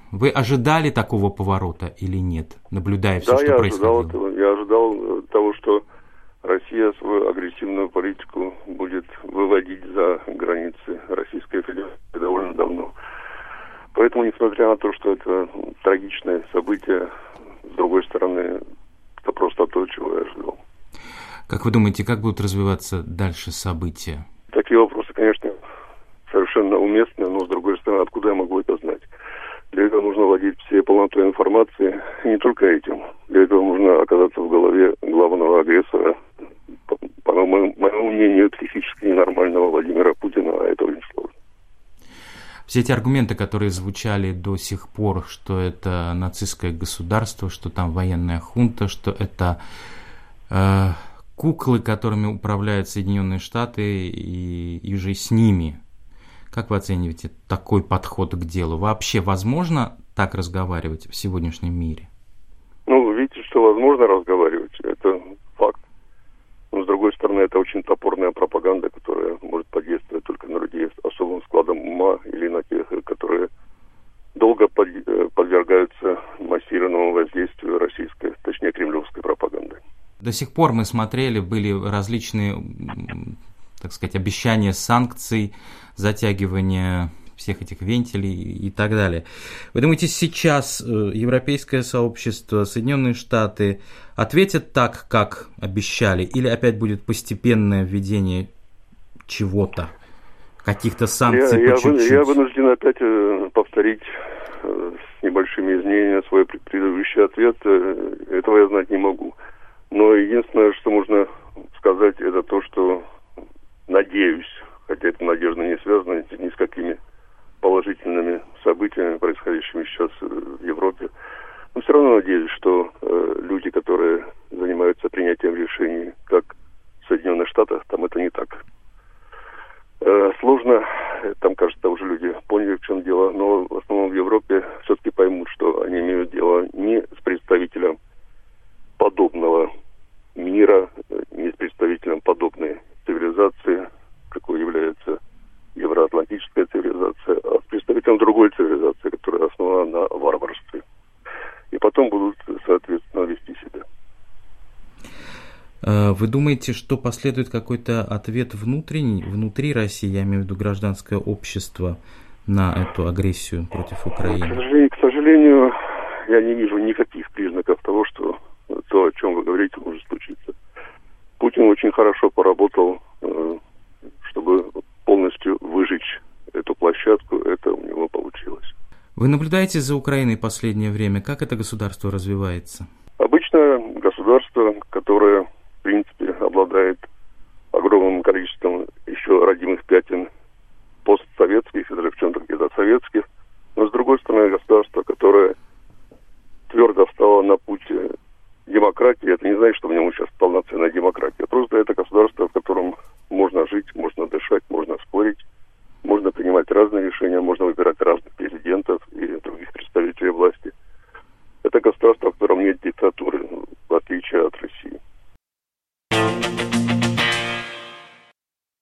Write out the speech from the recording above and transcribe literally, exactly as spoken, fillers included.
Вы ожидали такого поворота или нет, наблюдая все, да, что я происходило? Ожидал этого. Я ожидал того, что Россия свою агрессивную политику будет выводить за границы Российской Федерации довольно давно. Поэтому, несмотря на то, что это трагичное событие, с другой стороны, это просто то, чего я ожидал. Как вы думаете, как будут развиваться дальше события? Такие вопросы, конечно, совершенно уместны, но, с другой стороны, откуда я могу это знать? Для этого нужно владеть всей полнотой информации, и не только этим. Для этого нужно оказаться в голове главного агрессора, по, по моему, моему мнению, психически ненормального Владимира Путина, а это очень сложно. Все эти аргументы, которые звучали до сих пор, что это нацистское государство, что там военная хунта, что это э, куклы, которыми управляют Соединенные Штаты, и, и же с ними. Как вы оцениваете такой подход к делу? Вообще возможно так разговаривать в сегодняшнем мире? Ну, вы видите, что возможно разговаривать. Это факт. Но, с другой стороны, это очень топорная пропаганда, которая может подействовать только на людей с особым складом ума или на тех, которые долго подвергаются массированному воздействию российской, точнее, кремлевской пропаганды. До сих пор мы смотрели, были различные, так сказать, обещания санкций, затягивания всех этих вентилей и так далее. Вы думаете, сейчас европейское сообщество, Соединенные Штаты ответят так, как обещали, или опять будет постепенное введение чего-то, каких-то санкций я, по чуть-чуть? Я вынужден опять повторить с небольшими изменениями свой предыдущий ответ. Этого я знать не могу. Но единственное, что можно сказать, это то, что надеюсь, хотя эта надежда не связана ни с какими положительными событиями, происходящими сейчас в Европе. Но все равно надеюсь, что э, люди, которые занимаются принятием решений, как в Соединенных Штатах, там это не так э, сложно. Там, кажется, уже люди поняли, в чем дело. Но в основном в Европе все-таки поймут, что они имеют дело не с представителем подобного мира, не с представителем подобной цивилизации, какой является евроатлантическая цивилизация, а с представителем другой цивилизации, которая основана на варварстве. И потом будут, соответственно, вести себя. Вы думаете, что последует какой-то ответ внутренний, внутри России, я имею в виду гражданское общество, на эту агрессию против Украины? К сожалению, к сожалению, я не вижу никаких признаков того, что то, о чем вы говорите, может случиться. Путин очень хорошо поработал, чтобы полностью выжечь эту площадку. Это у него получилось. Вы наблюдаете за Украиной в последнее время? Как это государство развивается? Обычно государство, которое, в принципе, обладает огромным количеством еще родимых пятен постсоветских, и даже в чем-то где-то советских, но, с другой стороны, государство, которое твердо встало на путь демократии, это не значит, что в нем сейчас полноценно